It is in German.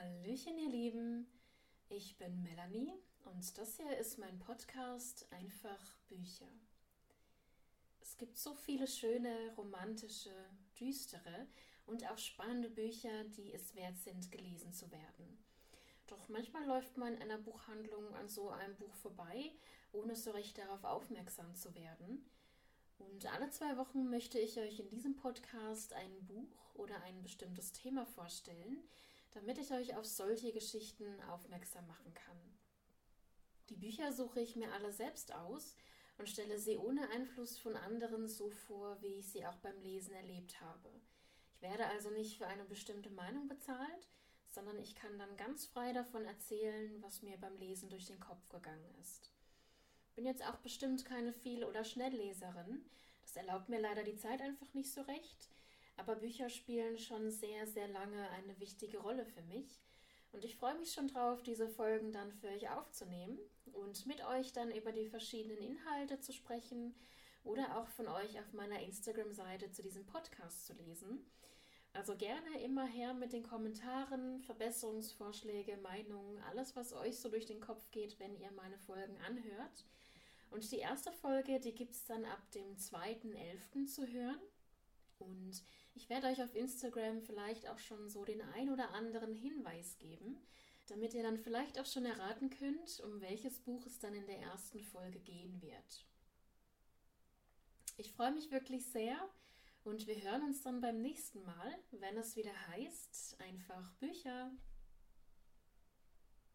Hallöchen, ihr Lieben, ich bin Melanie und das hier ist mein Podcast Einfach Bücher. Es gibt so viele schöne, romantische, düstere und auch spannende Bücher, die es wert sind, gelesen zu werden. Doch manchmal läuft man in einer Buchhandlung an so einem Buch vorbei, ohne so recht darauf aufmerksam zu werden. Und alle 2 Wochen möchte ich euch in diesem Podcast ein Buch oder ein bestimmtes Thema vorstellen, damit ich euch auf solche Geschichten aufmerksam machen kann. Die Bücher suche ich mir alle selbst aus und stelle sie ohne Einfluss von anderen so vor, wie ich sie auch beim Lesen erlebt habe. Ich werde also nicht für eine bestimmte Meinung bezahlt, sondern ich kann dann ganz frei davon erzählen, was mir beim Lesen durch den Kopf gegangen ist. Bin jetzt auch bestimmt keine Viel- oder Schnellleserin. Das erlaubt mir leider die Zeit einfach nicht so recht. Aber Bücher spielen schon sehr, sehr lange eine wichtige Rolle für mich. Und ich freue mich schon drauf, diese Folgen dann für euch aufzunehmen und mit euch dann über die verschiedenen Inhalte zu sprechen oder auch von euch auf meiner Instagram-Seite zu diesem Podcast zu lesen. Also gerne immer her mit den Kommentaren, Verbesserungsvorschläge, Meinungen, alles, was euch so durch den Kopf geht, wenn ihr meine Folgen anhört. Und die erste Folge, die gibt es dann ab dem 2.11. zu hören. Und ich werde euch auf Instagram vielleicht auch schon so den ein oder anderen Hinweis geben, damit ihr dann vielleicht auch schon erraten könnt, um welches Buch es dann in der ersten Folge gehen wird. Ich freue mich wirklich sehr und wir hören uns dann beim nächsten Mal, wenn es wieder heißt, einfach Bücher.